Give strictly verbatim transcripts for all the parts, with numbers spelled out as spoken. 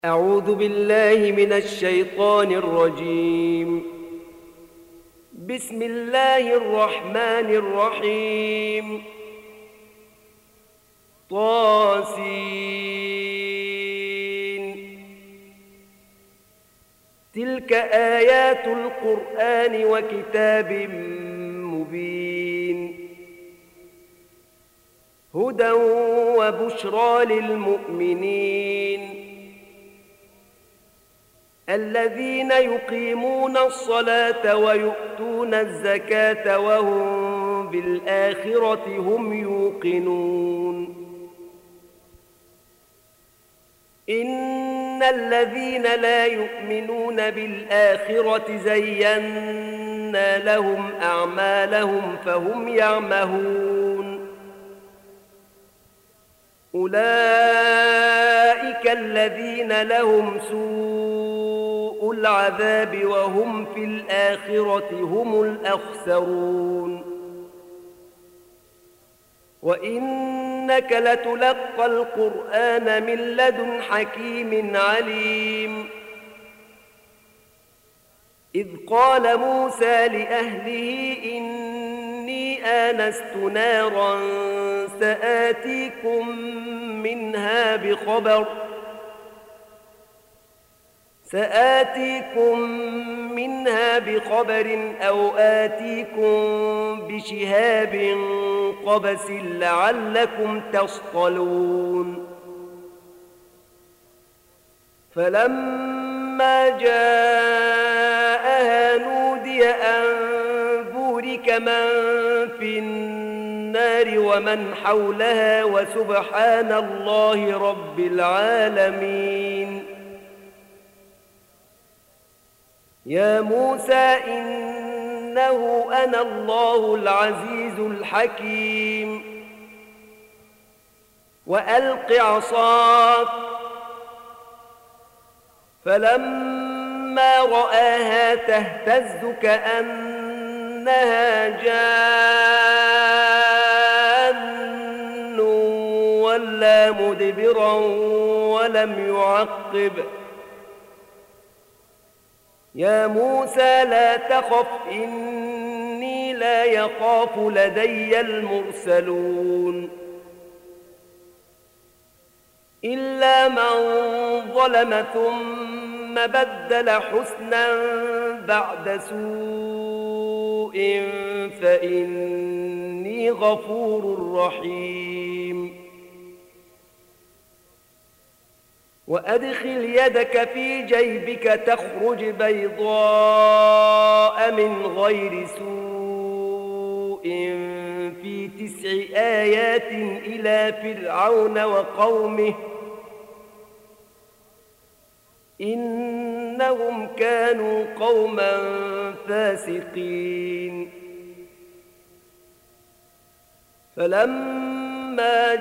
أعوذ بالله من الشيطان الرجيم. بسم الله الرحمن الرحيم. طاسين. تلك آيات القرآن وكتاب مبين، هدى وبشرى للمؤمنين الذين يقيمون الصلاة ويؤتون الزكاة وهم بالآخرة هم يوقنون. إن الذين لا يؤمنون بالآخرة زينا لهم أعمالهم فهم يعمهون. أولئك الذين لهم سوء العذاب وهم في الآخرة هم الأخسرون. وإنك لتلقى القرآن من لدن حكيم عليم. إذ قال موسى لأهله إني آنست نارا سآتيكم منها بخبر سآتيكم منها بخبر أو آتيكم بشهاب قبس لعلكم تصطلون. فلما جاءها نودي أن بورك من في النار ومن حولها وسبحان الله رب العالمين. يا موسى إنه أنا الله العزيز الحكيم. وألق عصاك. فلما رآها تهتز كأنها جان ولا مدبرا ولم يعقب. يا موسى لا تخف إني لا يخاف لدي المرسلون. إلا من ظلم ثم بدل حسنا بعد سوء فإني غفور رحيم. وأدخل يدك في جيبك تخرج بيضاء من غير سوء في تسع آيات إلى فرعون وقومه إنهم كانوا قوما فاسقين. فلما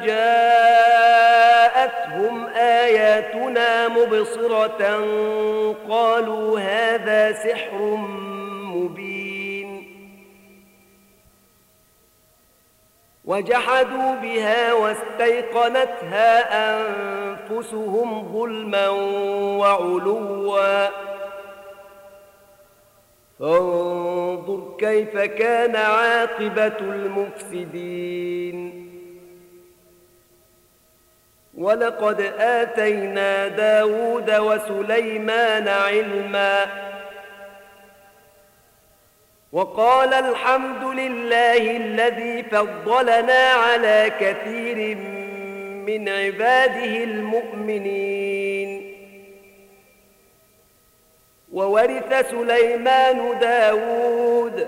جاءتهم آياتنا مبصرة قالوا هذا سحر مبين. وجحدوا بها واستيقنتها أنفسهم ظلما وعلوا فانظر كيف كان عاقبة المفسدين. ولقد آتينا داود وسليمان علما وقال الحمد لله الذي فضلنا على كثير من عباده المؤمنين. وورث سليمان داود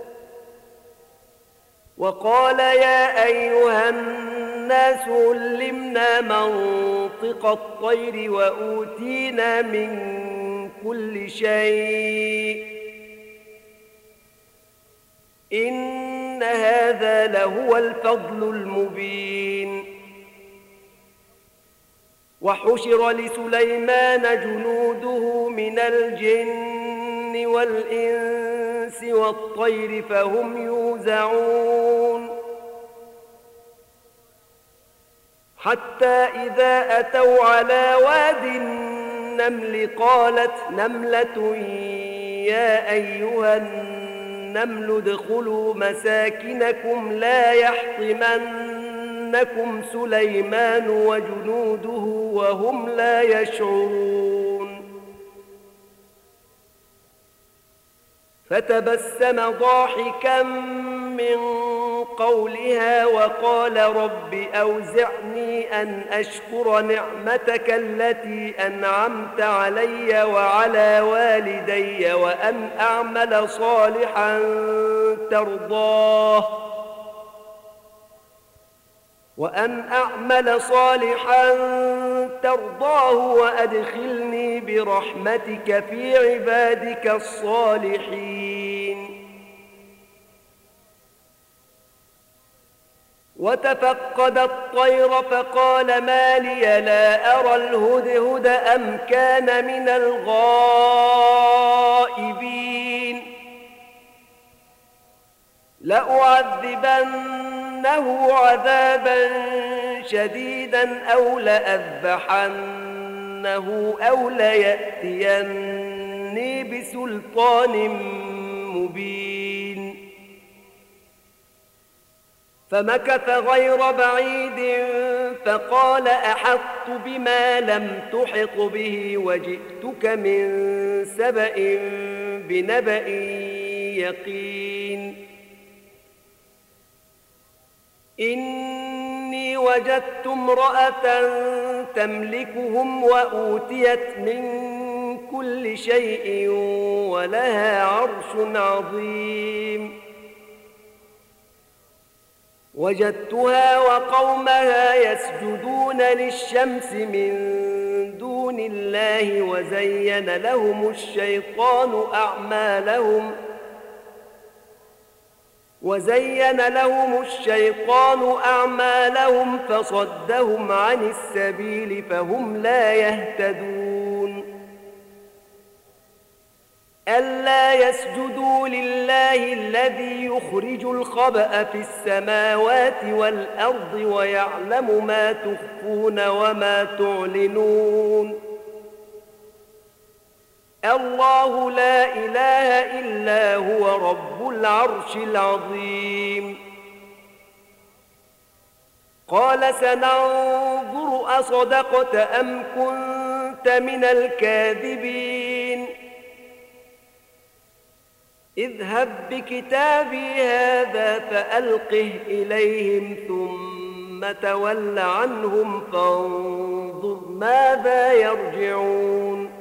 وقال يا أيها الناس علمنا منطق الطير وأوتينا من كل شيء إن هذا لهو الفضل المبين. وحشر لسليمان جنوده من الجن والإنس والطير فهم يوزعون. حتى إذا أتوا على واد النمل قالت نملة يا أيها النمل ادخلوا مساكنكم لا يحطمنكم سليمان وجنوده وهم لا يشعرون فتبسم ضاحكا من قولها وقال رب أوزعني أن أشكر نعمتك التي أنعمت علي وعلى والدي وأن أعمل صالحا ترضاه وأن أعمل صالحا ترضاه وأدخلني برحمتك في عبادك الصالحين وتفقد الطير فقال ما لي لا أرى الهدهد أم كان من الغائبين لأعذبنه عذابا شديدا أو لأذبحنه أو ليأتيني بسلطان مبين فمكث غير بعيد فقال أحطت بما لم تحط به وجئتك من سبأ بنبأ يقين إني وجدت امرأة تملكهم وأوتيت من كل شيء ولها عرش عظيم وجدتها وقومها يسجدون للشمس من دون الله وزين لهم الشيطان أعمالهم وزين لهم الشيطان أعمالهم فصدهم عن السبيل فهم لا يهتدون ألا يسجدوا لله الذي يخرج الخبأ في السماوات والأرض ويعلم ما تخفون وما تعلنون الله لا إله إلا هو رب العرش العظيم قال سننظر أصدقت أم كنت من الكاذبين اذهب بكتابي هذا فألقه إليهم ثم تول عنهم فانظر ماذا يرجعون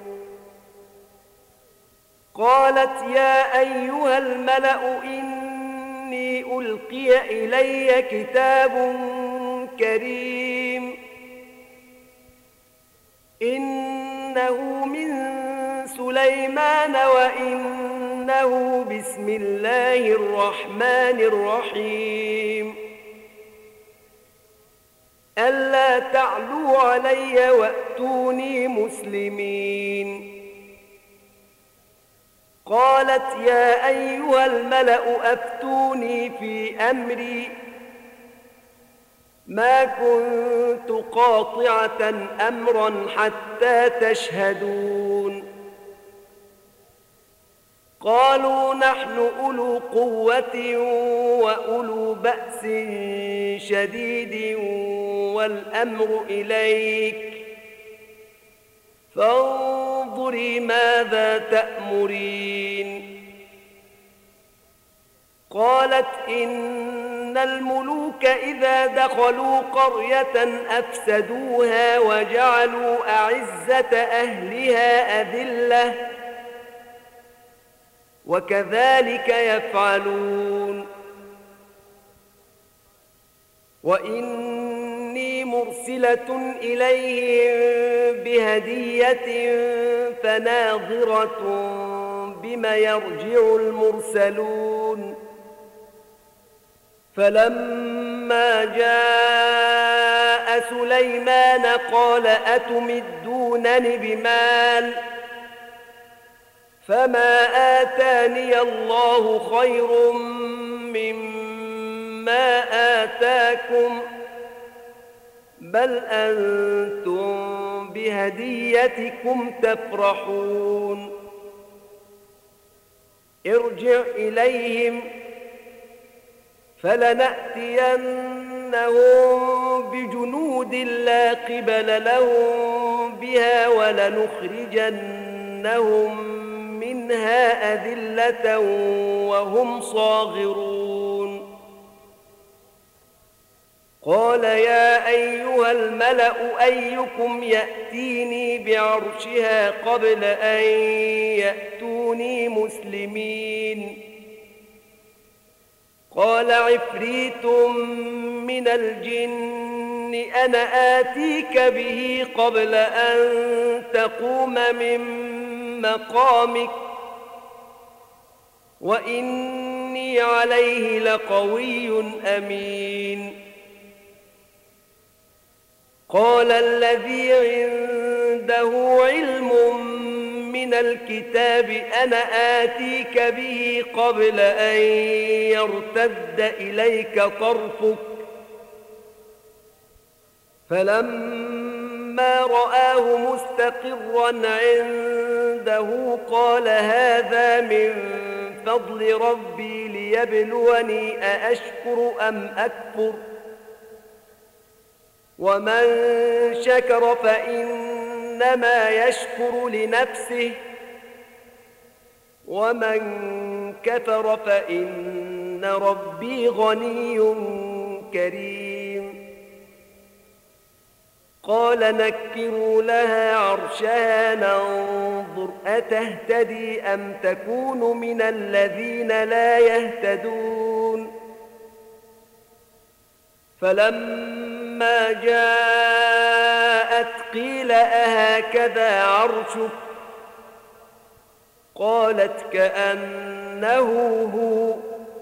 قالت يا أيها الملأ إني ألقي إلي كتاب كريم إنه من سليمان وإنه بسم الله الرحمن الرحيم ألا تعلوا علي وأتوني مسلمين قالت يا أيها الملأ أفتوني في أمري ما كنت قاطعة أمرا حتى تشهدون قالوا نحن أولو قوة وأولو بأس شديد والأمر إليك فانظري ماذا تأمرين قالت إن الملوك إذا دخلوا قرية أفسدوها وجعلوا أعزة أهلها أذلة وكذلك يفعلون وإني مرسلة إليهم بهدية فناظرة بما يرجع المرسلون فلما جاء سليمان قال أتمدونني بمال فما آتاني الله خير مما آتاكم بل أنتم بهديتكم تفرحون ارجع إليهم فلنأتينهم بجنود لا قبل لهم بها ولنخرجنهم منها أذلة وهم صاغرون قال يا أيها الملأ أيكم يأتيني بعرشها قبل أن يأتوني مسلمين قال عفريت من الجن أنا آتيك به قبل أن تقوم من مقامك وإني عليه لقوي أمين قال الذي عنده علم من الكتاب أنا آتيك به قبل أن يرتد إليك طرفك فلما رآه مستقرا عنده قال هذا من فضل ربي ليبلوني أأشكر أم أكفر ومن شكر فإنما يشكر لنفسه ومن كفر فإن ربي غني كريم قال نكروا لها عرشها ننظر أتهتدي أم تكون من الذين لا يهتدون فلما جاءت قيل أهكذا عرشك قالت كأنه هو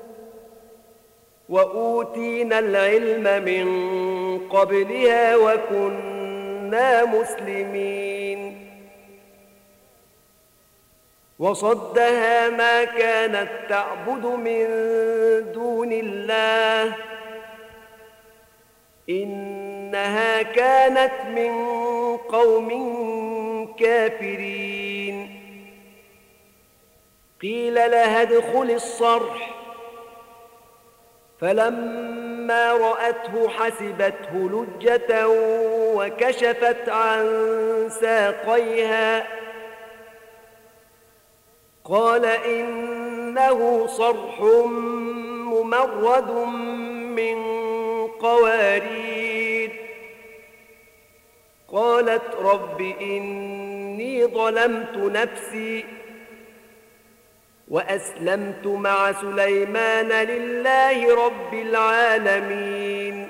وأوتينا العلم من قبلها وكنا مسلمين وصدها ما كانت تعبد من دون الله إنها كانت من قوم كافرين قيل لها ادخل الصرح فلما رأته حسبته لجة وكشفت عن ساقيها قال إنه صرح ممرد من قوارير قالت رب إني ظلمت نفسي وأسلمت مع سليمان لله رب العالمين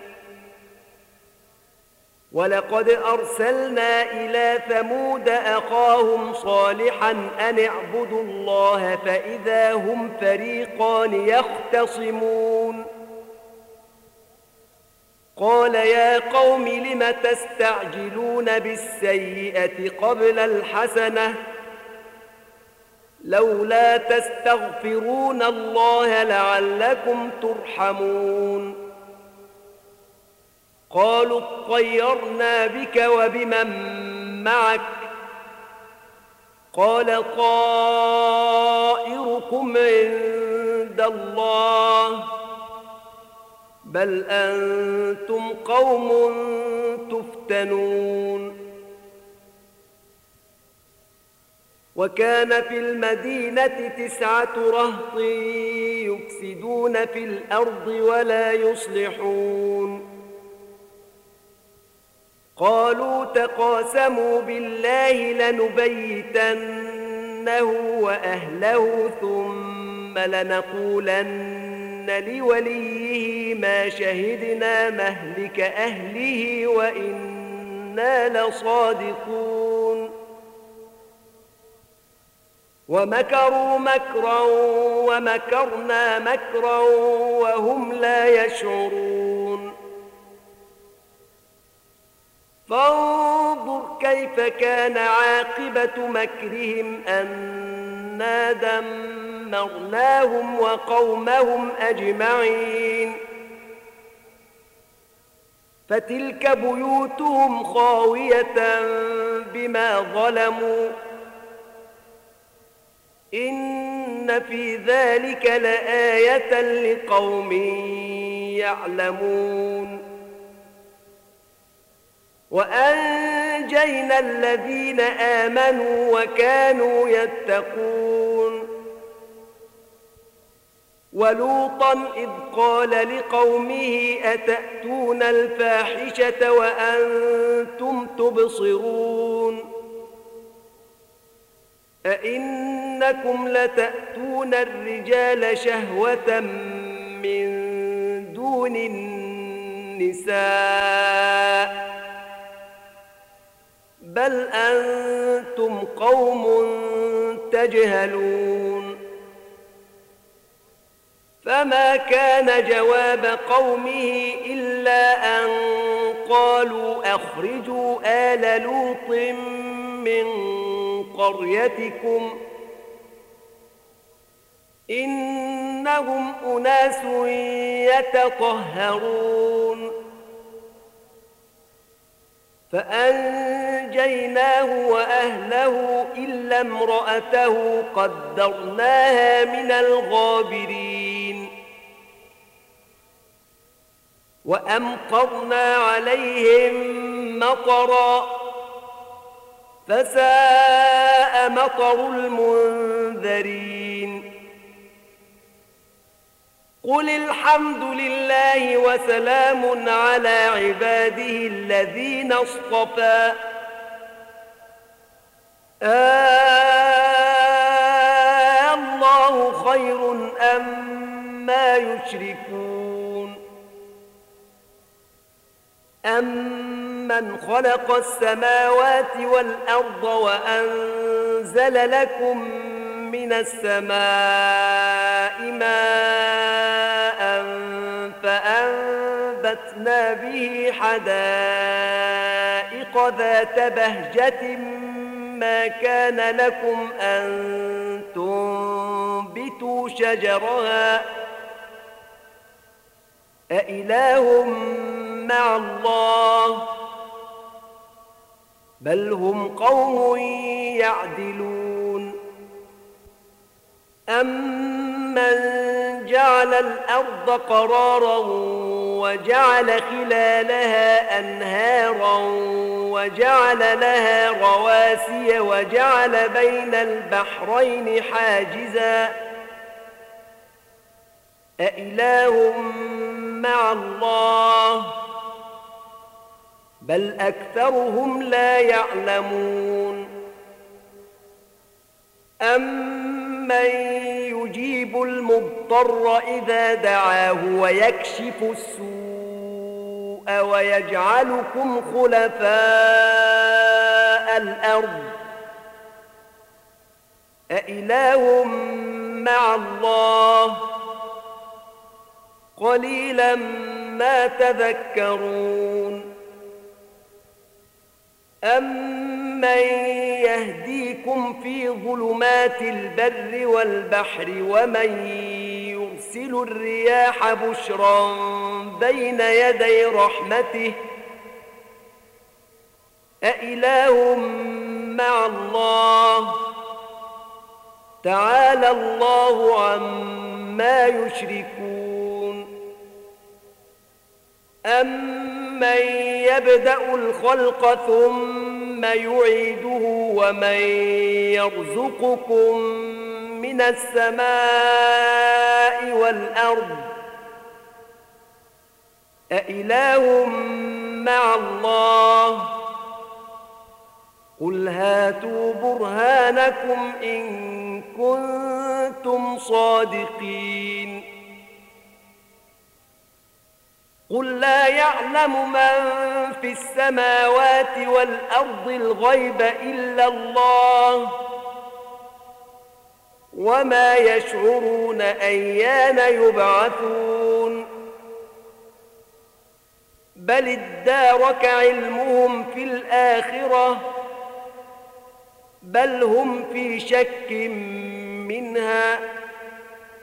ولقد أرسلنا إلى ثمود أخاهم صالحا أن اعبدوا الله فإذا هم فريقان يختصمون قال يا قوم لم تستعجلون بالسيئة قبل الحسنة لولا تستغفرون الله لعلكم ترحمون قالوا اطيرنا بك وبمن معك قال طائركم عند الله بل أنتم قوم تفتنون وكان في المدينة تسعة رهط يفسدون في الأرض ولا يصلحون قالوا تقاسموا بالله لنبيتنه وأهله ثم لنقولن لوليه ما شهدنا مهلك أهله وإنا لصادقون ومكروا مكرا ومكرنا مكرا وهم لا يشعرون فانظر كيف كان عاقبة مكرهم أنا دمرناهم وقومهم أجمعين فتلك بيوتهم خاوية بما ظلموا إن في ذلك لآية لقوم يعلمون وأنجينا الذين آمنوا وكانوا يتقون ولوطا إذ قال لقومه أتأتون الفاحشة وأنتم تبصرون أئنكم لتأتون الرجال شهوة من دون النساء بل أنتم قوم تجهلون فما كان جواب قومه إلا أن قالوا أخرجوا آل لوط من قريتكم إنهم أناس يتطهرون فأنجيناه وأهله إلا امرأته قدرناها من الغابرين وأمطرنا عليهم مطرا فساء مطر المنذرين قل الحمد لله وسلام على عباده الذين اصطفى آه الله خير أما يشركون أمن خلق السماوات والأرض وأنزل لكم من السماء ماء فأنبتنا به حدائق ذات بهجة ما كان لكم أن تنبتوا شجرها أإله مع الله بل هم قوم يعدلون أمن جعل الأرض قرارا وجعل خلالها أنهارا وجعل لها رواسي وجعل بين البحرين حاجزا أإله مع الله بل أكثرهم لا يعلمون أمن يجيب المضطر إذا دعاه ويكشف السوء ويجعلكم خلفاء الأرض أإله مع الله قليلا ما تذكرون أمن يهديكم في ظلمات البر والبحر ومن يرسل الرياح بشرا بين يدي رحمته أإله مع الله تعالى الله عما يشركون أمن يبدأ الخلق ثم يعيده ومن يرزقكم من السماء والأرض أإله مع الله قل هاتوا برهانكم إن كنتم صادقين قل لا يعلم من في السماوات والأرض الغيب إلا الله وما يشعرون أيان يبعثون بل ادارك علمهم في الآخرة بل هم في شك منها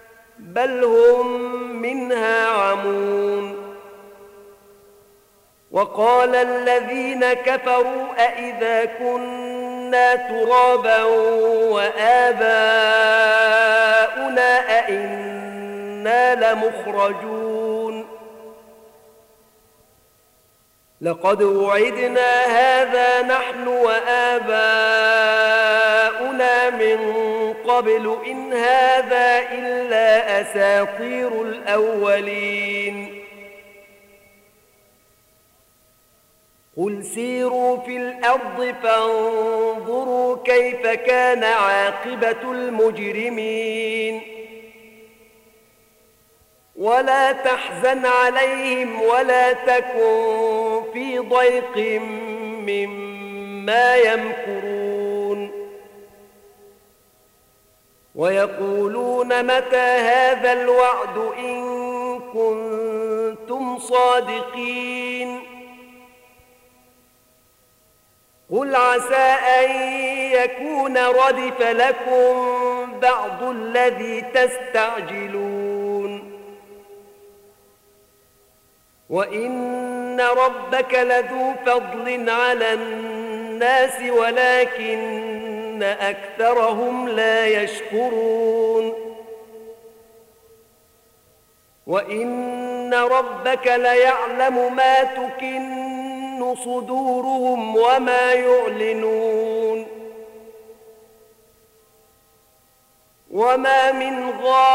بل هم منها عمون وقال الذين كفروا أإذا كنا ترابا وآباؤنا أئنا لمخرجون لقد وعدنا هذا نحن وآباؤنا من قبل إن هذا إلا أساطير الأولين قل سيروا في الأرض فانظروا كيف كان عاقبة المجرمين ولا تحزن عليهم ولا تكن في ضيق مما يمكرون ويقولون متى هذا الوعد إن كنتم صادقين قل عسى أن يكون ردف لكم بعض الذي تستعجلون وإن ربك لذو فضل على الناس ولكن أكثرهم لا يشكرون وإن ربك ليعلم ما تكن صدورهم وما يعلنون وما من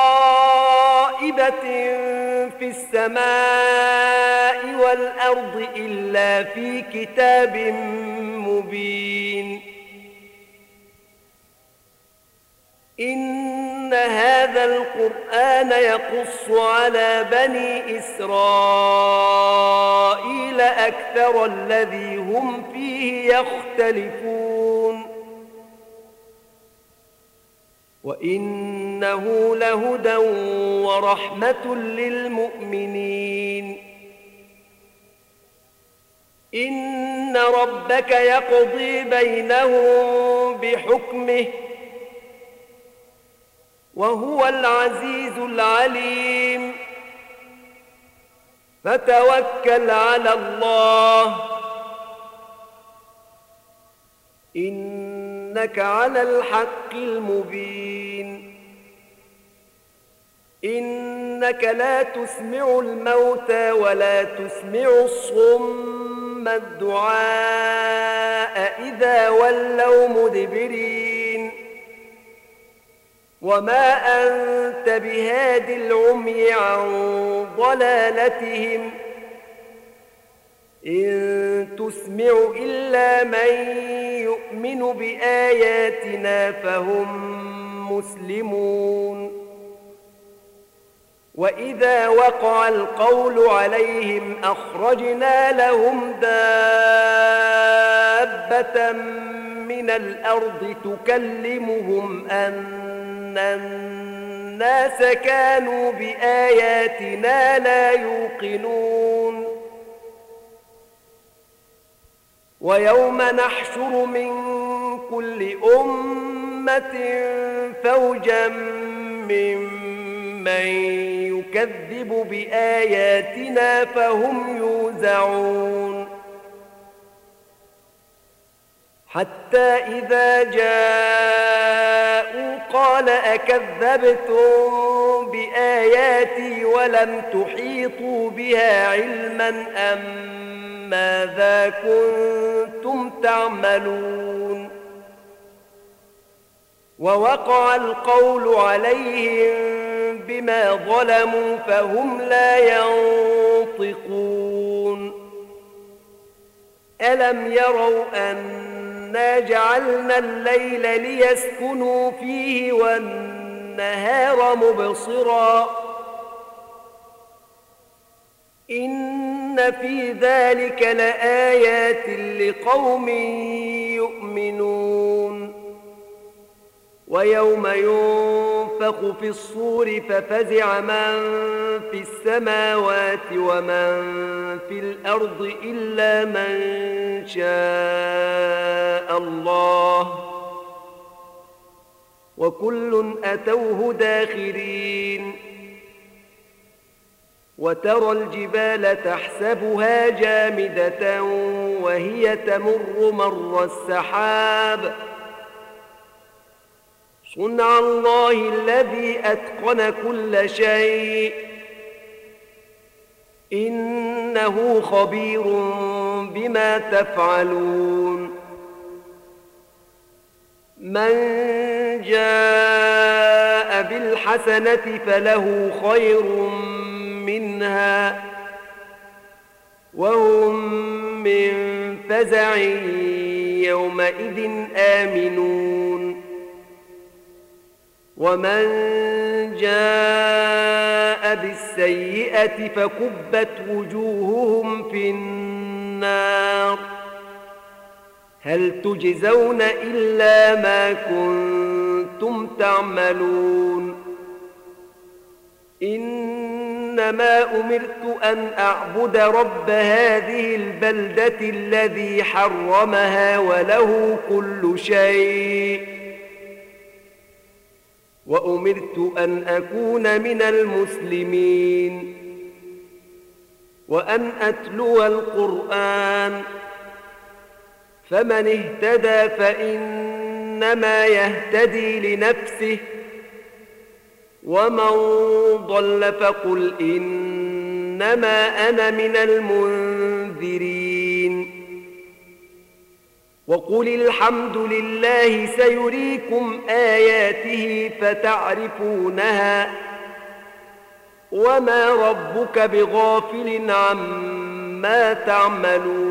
غائبة في السماء والأرض إلا في كتاب مبين إن هذا القرآن يقص على بني إسرائيل أكثر الذي هم فيه يختلفون وإنه لهدى ورحمة للمؤمنين إن ربك يقضي بينهم بحكمه وهو العزيز العليم فتوكل على الله إنك على الحق المبين إنك لا تسمع الموتى ولا تسمع الصم الدعاء إذا ولوا مدبرين وما أنت بهاد العمي عن ضلالتهم إن تسمع إلا من يؤمن بآياتنا فهم مسلمون وإذا وقع القول عليهم أخرجنا لهم دابة من الأرض تكلمهم أن الناس كانوا بآياتنا لا يوقنون ويوم نحشر من كل أمة فوجا ممن يكذب بآياتنا فهم يوزعون حتى إذا جاءوا قال أكذبتم بآياتي ولم تحيطوا بها علما أم ماذا كنتم تعملون ووقع القول عليهم بما ظلموا فهم لا ينطقون ألم يروا أنا جعلنا الليل ليسكنوا فيه والنهار مبصرا إن في ذلك لآيات لقوم يؤمنون ويوم ينفخ في الصور ففزع من في السماوات ومن في الأرض إلا من شاء الله وكل أتوه داخرين وترى الجبال تحسبها جامدة وهي تمر مر السحاب صنع الله الذي أتقن كل شيء إنه خبير بما تفعلون من جاء بالحسنة فله خير منها وهم من فزع يومئذ آمنون ومن جاء بالسيئة فكبت وجوههم في النار هل تجزون إلا ما كنتم تعملون إنما أمرت أن أعبد رب هذه البلدة الذي حرمها وله كل شيء وأمرت أن أكون من المسلمين وأن أتلو القرآن فمن اهتدى فإنما يهتدي لنفسه ومن ضل فقل إنما أنا من المنذرين وقل الحمد لله سيريكم آياته فتعرفونها وما ربك بغافل عما تعملون